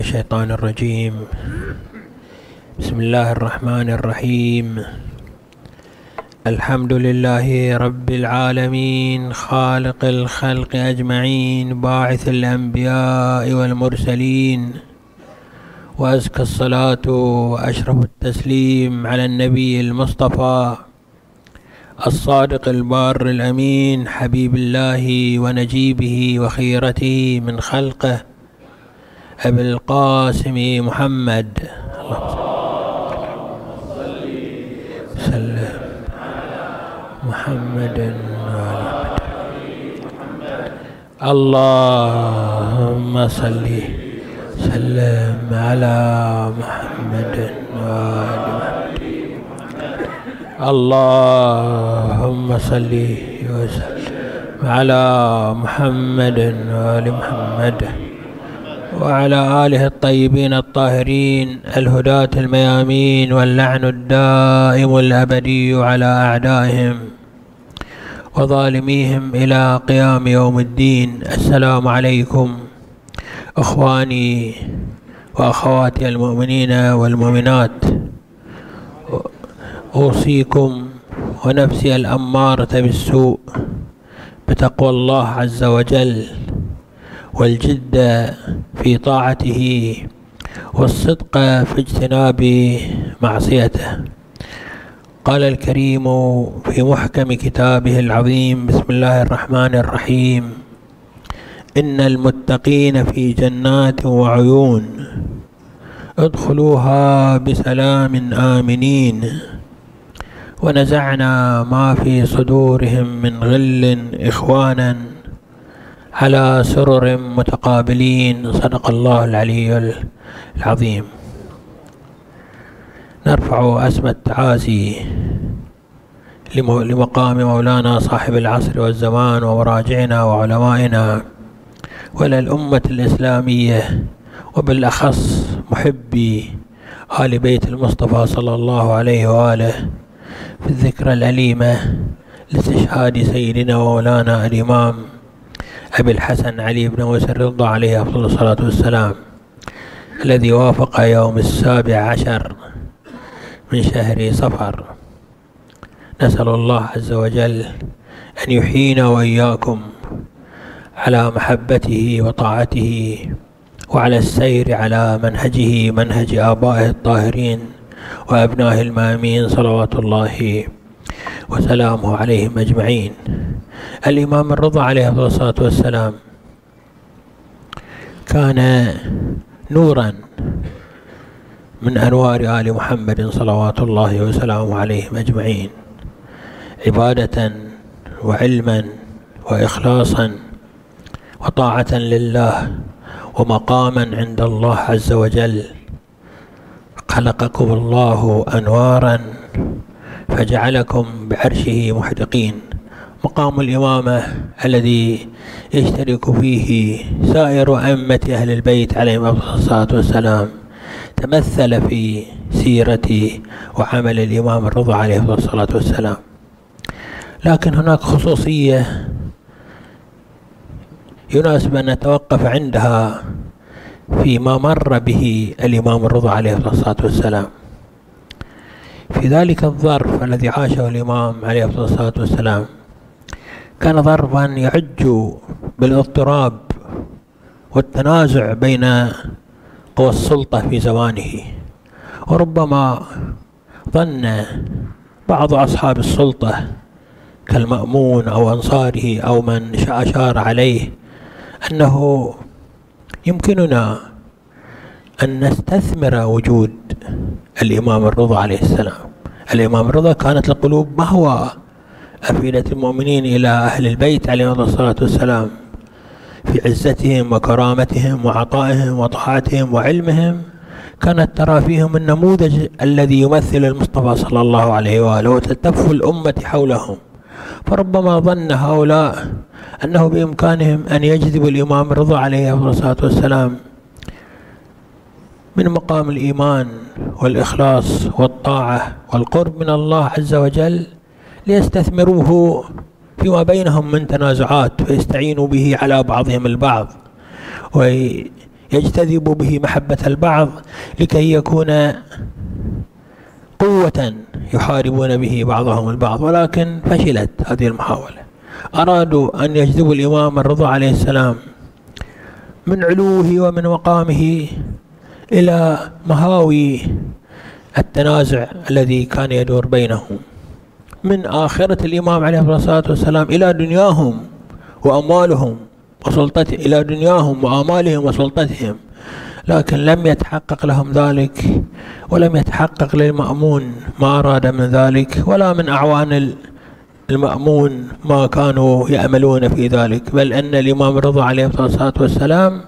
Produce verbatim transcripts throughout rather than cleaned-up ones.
الشيطان الرجيم. بسم الله الرحمن الرحيم. الحمد لله رب العالمين خالق الخلق أجمعين باعث الأنبياء والمرسلين، وأزكى الصلاة وأشرف التسليم على النبي المصطفى الصادق البار الأمين حبيب الله ونجيبه وخيرته من خلقه أبي القاسم محمد. سلم محمد اللهم صل سلم على محمد وآل محمد. اللهم صل وسلم على محمد وآل محمد وعلى آله الطيبين الطاهرين الهداة الميامين، واللعن الدائم الأبدي على أعدائهم وظالميهم إلى قيام يوم الدين. السلام عليكم أخواني وأخواتي المؤمنين والمؤمنات، أوصيكم ونفسي الأمارة بالسوء بتقوى الله عز وجل، والجد في طاعته، والصدق في اجتناب معصيته. قال الكريم في محكم كتابه العظيم: بسم الله الرحمن الرحيم. إن المتقين في جنات وعيون ادخلوها بسلام آمنين، ونزعنا ما في صدورهم من غل إخوانا على سرر متقابلين. صدق الله العلي العظيم. نرفع أسمى التعازي لمقام مولانا صاحب العصر والزمان ومراجعنا وعلمائنا وللأمة الإسلامية، وبالأخص محبي آل بيت المصطفى صلى الله عليه وآله، في الذكرى الأليمة لاستشهاد سيدنا ومولانا الإمام أبي الحسن علي بن موسى الرضا عليه أفضل الصلاة والسلام، الذي وافق يوم السابع عشر من شهر صفر. نسأل الله عز وجل أن يحيينا وإياكم على محبته وطاعته، وعلى السير على منهجه منهج آبائه الطاهرين وأبنائه المامين صلوات الله وسلامه عليهم أجمعين. الإمام الرضا عليه الصلاة والسلام كان نورا من أنوار آل محمد صلوات الله وسلامه عليهم أجمعين، عبادة وعلما وإخلاصا وطاعة لله ومقاما عند الله عز وجل. خلقكم الله أنوارا فجعلكم بعرشه محدقين. مقام الإمامة الذي يشترك فيه سائر أئمة أهل البيت عليهم الصلاة والسلام تمثل في سيرة وعمل الإمام الرضا عليه الصلاة والسلام. لكن هناك خصوصية يناسب أن نتوقف عندها فيما مر به الإمام الرضا عليه الصلاة والسلام. في ذلك الظرف الذي عاشه الإمام عليه الصلاة والسلام كان ظرفا يعج بالاضطراب والتنازع بين قوى السلطة في زمانه، وربما ظن بعض أصحاب السلطة كالمأمون أو أنصاره أو من أشار عليه أنه يمكننا أن نستثمر وجود الإمام الرضا عليه السلام. الإمام الرضا كانت القلوب مهوى أفئدة المؤمنين إلى أهل البيت عليهم الصلاة والسلام في عزتهم وكرامتهم وعطائهم وطاعتهم وعلمهم. كانت ترى فيهم النموذج الذي يمثل المصطفى صلى الله عليه وآله، وتلتف الأمة حولهم. فربما ظن هؤلاء أنه بإمكانهم أن يجذبوا الإمام الرضا عليه الصلاة والسلام من مقام الإيمان والإخلاص والطاعة والقرب من الله عز وجل ليستثمروه فيما بينهم من تنازعات، ويستعينوا به على بعضهم البعض، يجتذب به محبة البعض لكي يكون قوة يحاربون به بعضهم البعض، ولكن فشلت هذه المحاولة. أرادوا أن يجذبوا الإمام الرضا عليه السلام من علوه ومن مقامه إلى مهاوي التنازع الذي كان يدور بينهم، من آخرة الإمام عليه الصلاة والسلام إلى دنياهم وأموالهم وسلطته، إلى دنياهم وآمالهم وسلطتهم، لكن لم يتحقق لهم ذلك، ولم يتحقق للمأمون ما أراد من ذلك، ولا من أعوان المأمون ما كانوا يأملون في ذلك، بل أن الإمام الرضا عليه الصلاة والسلام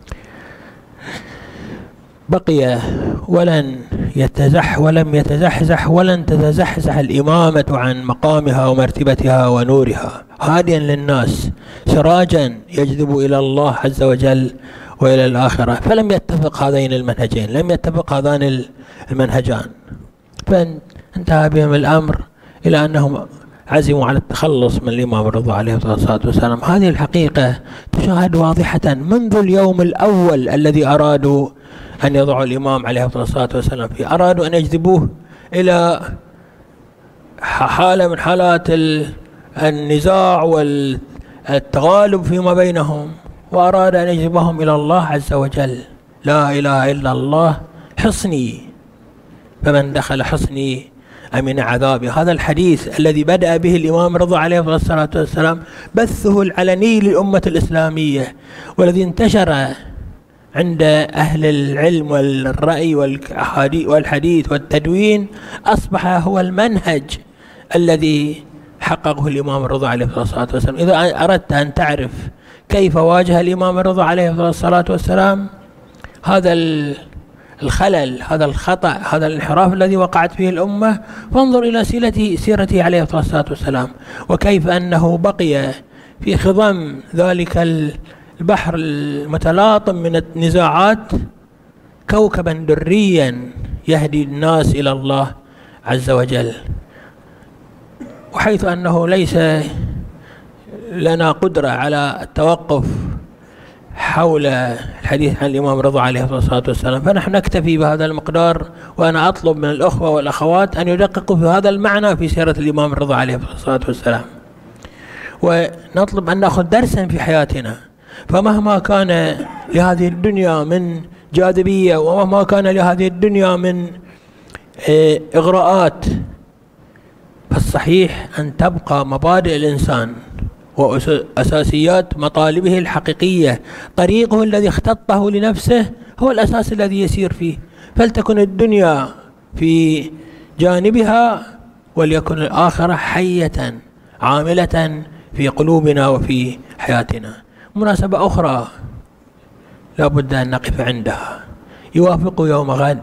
بقي ولن يتزح ولم يتزحزح ولن تتزحزح الإمامة عن مقامها ومرتبتها ونورها، هاديا للناس سراجا يجذب إلى الله عز وجل وإلى الآخرة. فلم يتفق هذين المنهجين، لم يتفق هذان المنهجان، فانتهى بهم الأمر إلى أنهم عزموا على التخلص من الإمام الرضا عليه الصلاة والسلام. هذه الحقيقة تشاهد واضحة منذ اليوم الأول الذي أرادوا أن يضعوا الإمام عليه الصلاة والسلام فيه، أرادوا أن يجذبوه إلى حالة من حالات النزاع والتغالب فيما بينهم، وأراد أن يجذبهم إلى الله عز وجل. لا إله إلا الله حصني، فمن دخل حصني أمن عذابي. هذا الحديث الذي بدأ به الإمام الرضا عليه الصلاة والسلام بثه العلني للأمة الإسلامية، والذي انتشر عند أهل العلم والرأي والحديث والتدوين، أصبح هو المنهج الذي حققه الإمام الرضا عليه الصلاة والسلام. إذا أردت أن تعرف كيف واجه الإمام الرضا عليه الصلاة والسلام هذا الخلل، هذا الخطأ، هذا الانحراف الذي وقعت فيه الأمة، فانظر إلى سيرته سيرته عليه الصلاة والسلام، وكيف أنه بقي في خضم ذلك البحر المتلاطم من النزاعات كوكبا دريا يهدي الناس إلى الله عز وجل. وحيث أنه ليس لنا قدرة على التوقف حول الحديث عن الإمام الرضا عليه الصلاة والسلام، فنحن نكتفي بهذا المقدار، وأنا أطلب من الأخوة والأخوات أن يدققوا في هذا المعنى في سيرة الإمام الرضا عليه الصلاة والسلام، ونطلب أن نأخذ درسا في حياتنا. فمهما كان لهذه الدنيا من جاذبية، ومهما كان لهذه الدنيا من إغراءات، فالصحيح أن تبقى مبادئ الإنسان وأساسيات مطالبه الحقيقية، طريقه الذي اختطه لنفسه هو الأساس الذي يسير فيه. فلتكن الدنيا في جانبها، وليكن الآخرة حية عاملة في قلوبنا وفي حياتنا. مناسبة أخرى لا بد أن نقف عندها، يوافق يوم غد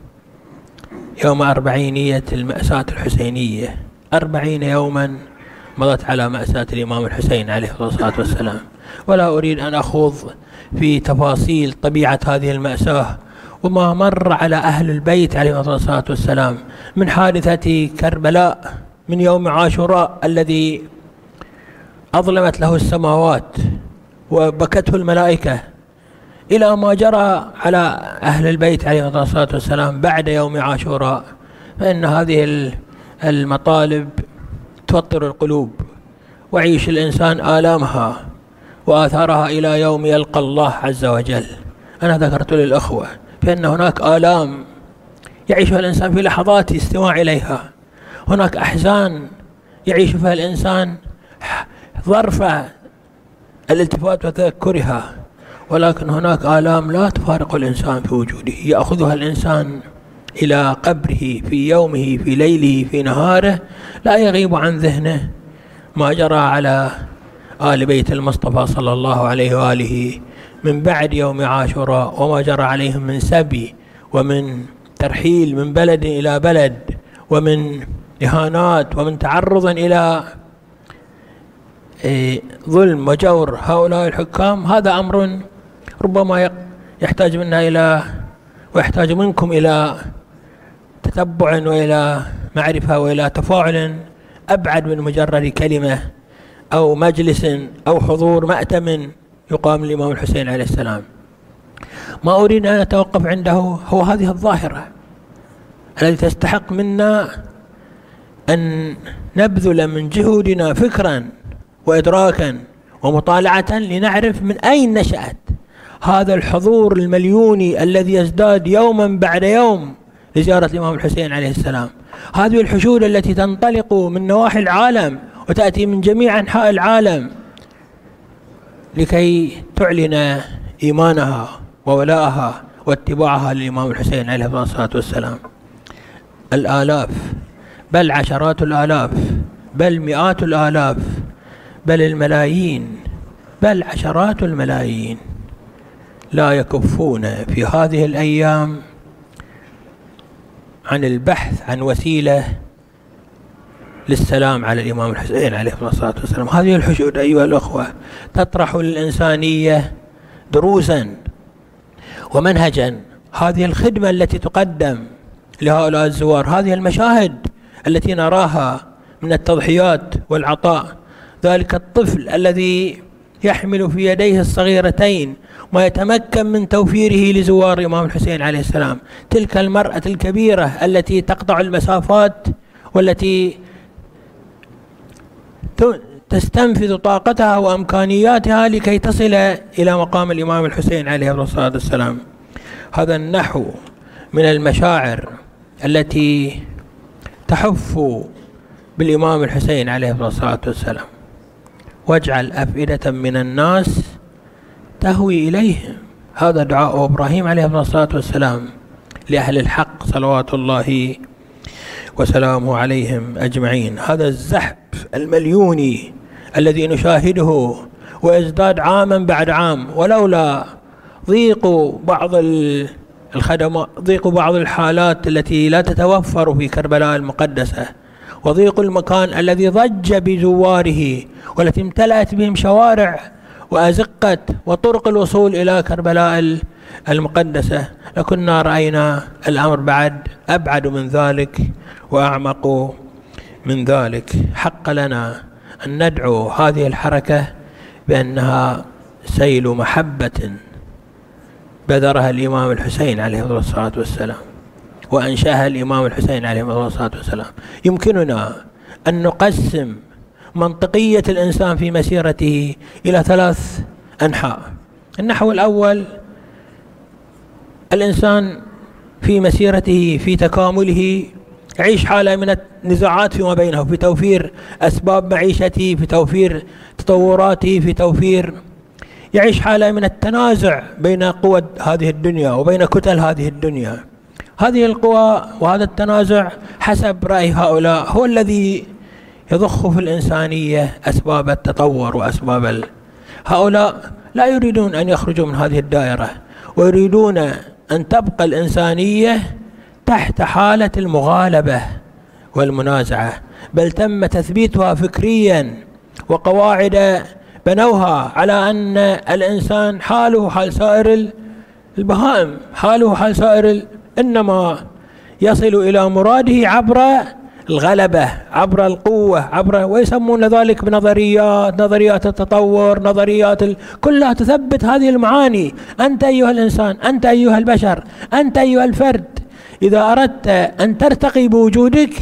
يوم أربعينية المأساة الحسينية، أربعين يوما مضت على مأساة الإمام الحسين عليه الصلاة والسلام، ولا أريد أن أخوض في تفاصيل طبيعة هذه المأساة وما مر على أهل البيت عليه الصلاة والسلام من حادثة كربلاء، من يوم عاشوراء الذي أظلمت له السماوات وبكته الملائكة، إلى ما جرى على أهل البيت عليه الصلاة والسلام بعد يوم عاشوراء. فإن هذه المطالب توتر القلوب، ويعيش الإنسان آلامها وآثارها إلى يوم يلقى الله عز وجل. أنا ذكرت للأخوة فإن هناك آلام يعيشها الإنسان في لحظات استماع إليها، هناك أحزان يعيش فيها الإنسان ظرف الالتفات وتذكرها، ولكن هناك آلام لا تفارق الإنسان في وجوده، يأخذها الإنسان إلى قبره في يومه، في ليله، في نهاره، لا يغيب عن ذهنه ما جرى على آل بيت المصطفى صلى الله عليه وآله من بعد يوم عاشوراء، وما جرى عليهم من سبي ومن ترحيل من بلد إلى بلد، ومن إهانات، ومن تعرض إلى ظلم وجور هؤلاء الحكام. هذا أمر ربما يحتاج منا إلى ويحتاج منكم إلى تتبع وإلى معرفة وإلى تفاعل أبعد من مجرد كلمة أو مجلس أو حضور مأتم يقام الإمام الحسين عليه السلام. ما أريد أن أتوقف عنده هو هذه الظاهرة التي تستحق منا أن نبذل من جهودنا فكرا وإدراكا ومطالعة لنعرف من أين نشأت هذا الحضور المليوني الذي يزداد يوما بعد يوم لزيارة الإمام الحسين عليه السلام. هذه الحشود التي تنطلق من نواحي العالم وتأتي من جميع أنحاء العالم لكي تعلن إيمانها وولاءها واتباعها للإمام الحسين عليه الصلاة والسلام. الآلاف بل عشرات الآلاف بل مئات الآلاف بل الملايين بل عشرات الملايين لا يكفون في هذه الأيام عن البحث عن وسيلة للسلام على الإمام الحسين عليه الصلاة والسلام. هذه الحشود أيها الأخوة تطرح للإنسانية دروسا ومنهجا. هذه الخدمة التي تقدم لهؤلاء الزوار، هذه المشاهد التي نراها من التضحيات والعطاء، ذلك الطفل الذي يحمل في يديه الصغيرتين ما يتمكن من توفيره لزوار الإمام الحسين عليه السلام، تلك المرأة الكبيرة التي تقطع المسافات والتي تستنفذ طاقتها وإمكانياتها لكي تصل إلى مقام الإمام الحسين عليه الصلاة والسلام. هذا النحو من المشاعر التي تحف بالإمام الحسين عليه الصلاة والسلام. واجعل أفئدة من الناس تهوي إليهم، هذا دعاء إبراهيم عليه الصلاة والسلام لأهل الحق صلوات الله وسلامه عليهم أجمعين. هذا الزحف المليوني الذي نشاهده ويزداد عاما بعد عام، ولولا ضيق بعض الخدمات، ضيق بعض الحالات التي لا تتوفر في كربلاء المقدسة، وضيق المكان الذي ضج بزواره والتي امتلأت بهم شوارع وأزقة وطرق الوصول إلى كربلاء المقدسة، لكنا رأينا الأمر بعد أبعد من ذلك وأعمق من ذلك. حق لنا أن ندعو هذه الحركة بأنها سيل محبة بذرها الإمام الحسين عليه الصلاة والسلام وأنشأها الإمام الحسين عليه الصلاة والسلام. يمكننا أن نقسم منطقية الإنسان في مسيرته إلى ثلاث أنحاء. النحو الأول، الإنسان في مسيرته في تكامله يعيش حالة من النزاعات فيما بينه، في توفير أسباب معيشته، في توفير تطوراته، في توفير يعيش حالة من التنازع بين قوى هذه الدنيا وبين كتل هذه الدنيا. هذه القوى وهذا التنازع حسب رأي هؤلاء هو الذي يضخ في الإنسانية أسباب التطور وأسباب ال... هؤلاء لا يريدون أن يخرجوا من هذه الدائرة، ويريدون أن تبقى الإنسانية تحت حالة المغالبة والمنازعة، بل تم تثبيتها فكريا وقواعد بنوها على أن الإنسان حاله حال سائر البهائم، حاله حال سائر، إنما يصل إلى مراده عبر الغلبة، عبر القوة، عبر، ويسمون ذلك بنظريات، نظريات التطور، نظريات ال... كلها تثبت هذه المعاني. أنت أيها الإنسان، أنت أيها البشر، أنت أيها الفرد، إذا أردت أن ترتقي بوجودك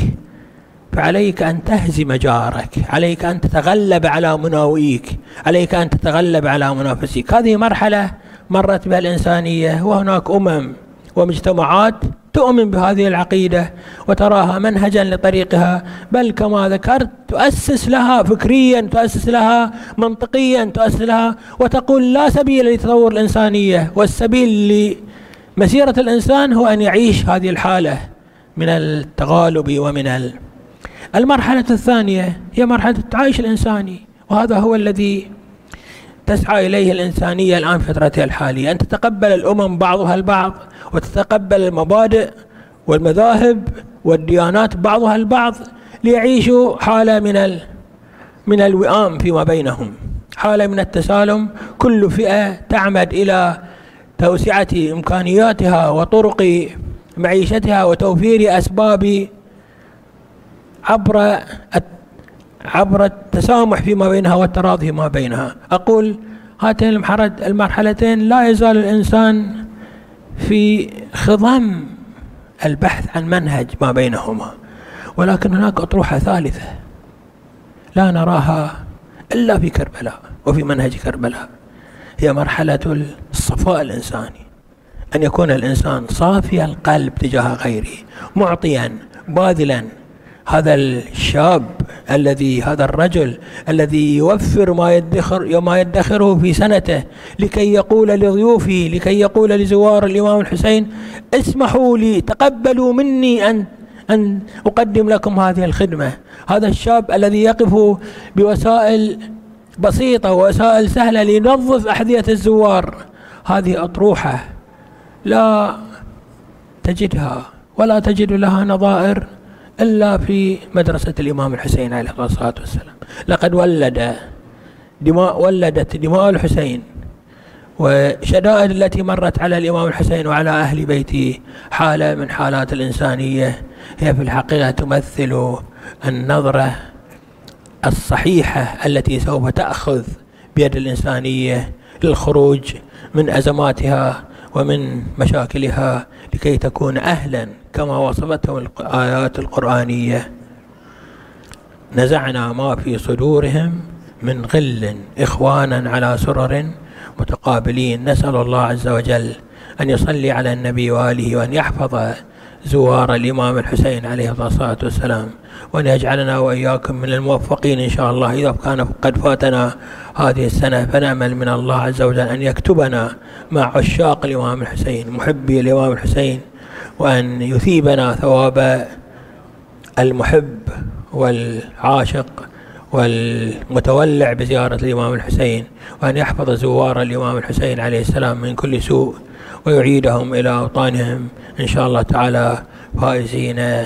فعليك أن تهزم جارك، عليك أن تتغلب على مناوئيك، عليك أن تتغلب على منافسيك. هذه مرحلة مرت بها الإنسانية، وهناك أمم ومجتمعات تؤمن بهذه العقيدة وتراها منهجا لطريقها، بل كما ذكرت تؤسس لها فكريا، تؤسس لها منطقيا، تؤسس لها، وتقول لا سبيل لتطور الإنسانية، والسبيل لمسيرة الإنسان هو أن يعيش هذه الحالة من التغالب ومن ال... المرحلة الثانية هي مرحلة التعايش الإنساني، وهذا هو الذي تسعى إليه الإنسانية الآن في فترتها الحالية، أن تتقبل الأمم بعضها البعض، وتتقبل المبادئ والمذاهب والديانات بعضها البعض، ليعيشوا حالة من ال... من الوئام فيما بينهم، حالة من التسالم. كل فئة تعمد إلى توسعة إمكانياتها وطرق معيشتها وتوفير أسباب عبر عبر التسامح فيما بينها والتراضي ما بينها. أقول هاتين المرحلتين لا يزال الإنسان في خضم البحث عن منهج ما بينهما، ولكن هناك أطروحة ثالثة لا نراها إلا في كربلاء وفي منهج كربلاء، هي مرحلة الصفاء الإنساني، أن يكون الإنسان صافي القلب تجاه غيره، معطيا باذلا. هذا الشاب الذي هذا الرجل الذي يوفر ما يدخر ما يدخره في سنته لكي يقول لضيوفه، لكي يقول لزوار الإمام الحسين: اسمحوا لي، تقبلوا مني أن أن أقدم لكم هذه الخدمة. هذا الشاب الذي يقف بوسائل بسيطة ووسائل سهلة لينظف أحذية الزوار، هذه أطروحة لا تجدها ولا تجد لها نظائر إلا في مدرسة الإمام الحسين عليه الصلاة والسلام. لقد ولد دماء ولدت دماء الحسين والشدائد التي مرت على الإمام الحسين وعلى أهل بيته حالة من حالات الإنسانية هي في الحقيقة تمثل النظرة الصحيحة التي سوف تأخذ بيد الإنسانية للخروج من أزماتها ومن مشاكلها لكي تكون أهلا كما وصفته الآيات القرآنية: نزعنا ما في صدورهم من غل إخوانا على سرر متقابلين. نسأل الله عز وجل أن يصلي على النبي وآله وأن يحفظ زوار الإمام الحسين عليه الصلاة والسلام، وأن يجعلنا وإياكم من الموفقين إن شاء الله. إذا كان قد فاتنا هذه السنة فنأمل من الله عز وجل أن يكتبنا مع عشاق الإمام الحسين محبي الإمام الحسين، وأن يثيبنا ثواب المحب والعاشق والمتولع بزيارة الإمام الحسين، وأن يحفظ زوار الإمام الحسين عليه السلام من كل سوء، ويعيدهم إلى أوطانهم إن شاء الله تعالى فائزين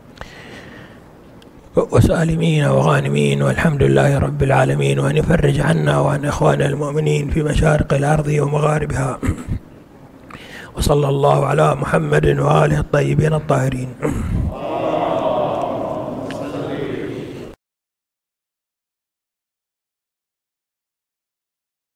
وسالمين وغانمين، والحمد لله رب العالمين، وأن يفرج عنا وعن إخواننا المؤمنين في مشارق الأرض ومغاربها. وصلى الله على محمد وآله الطيبين الطاهرين.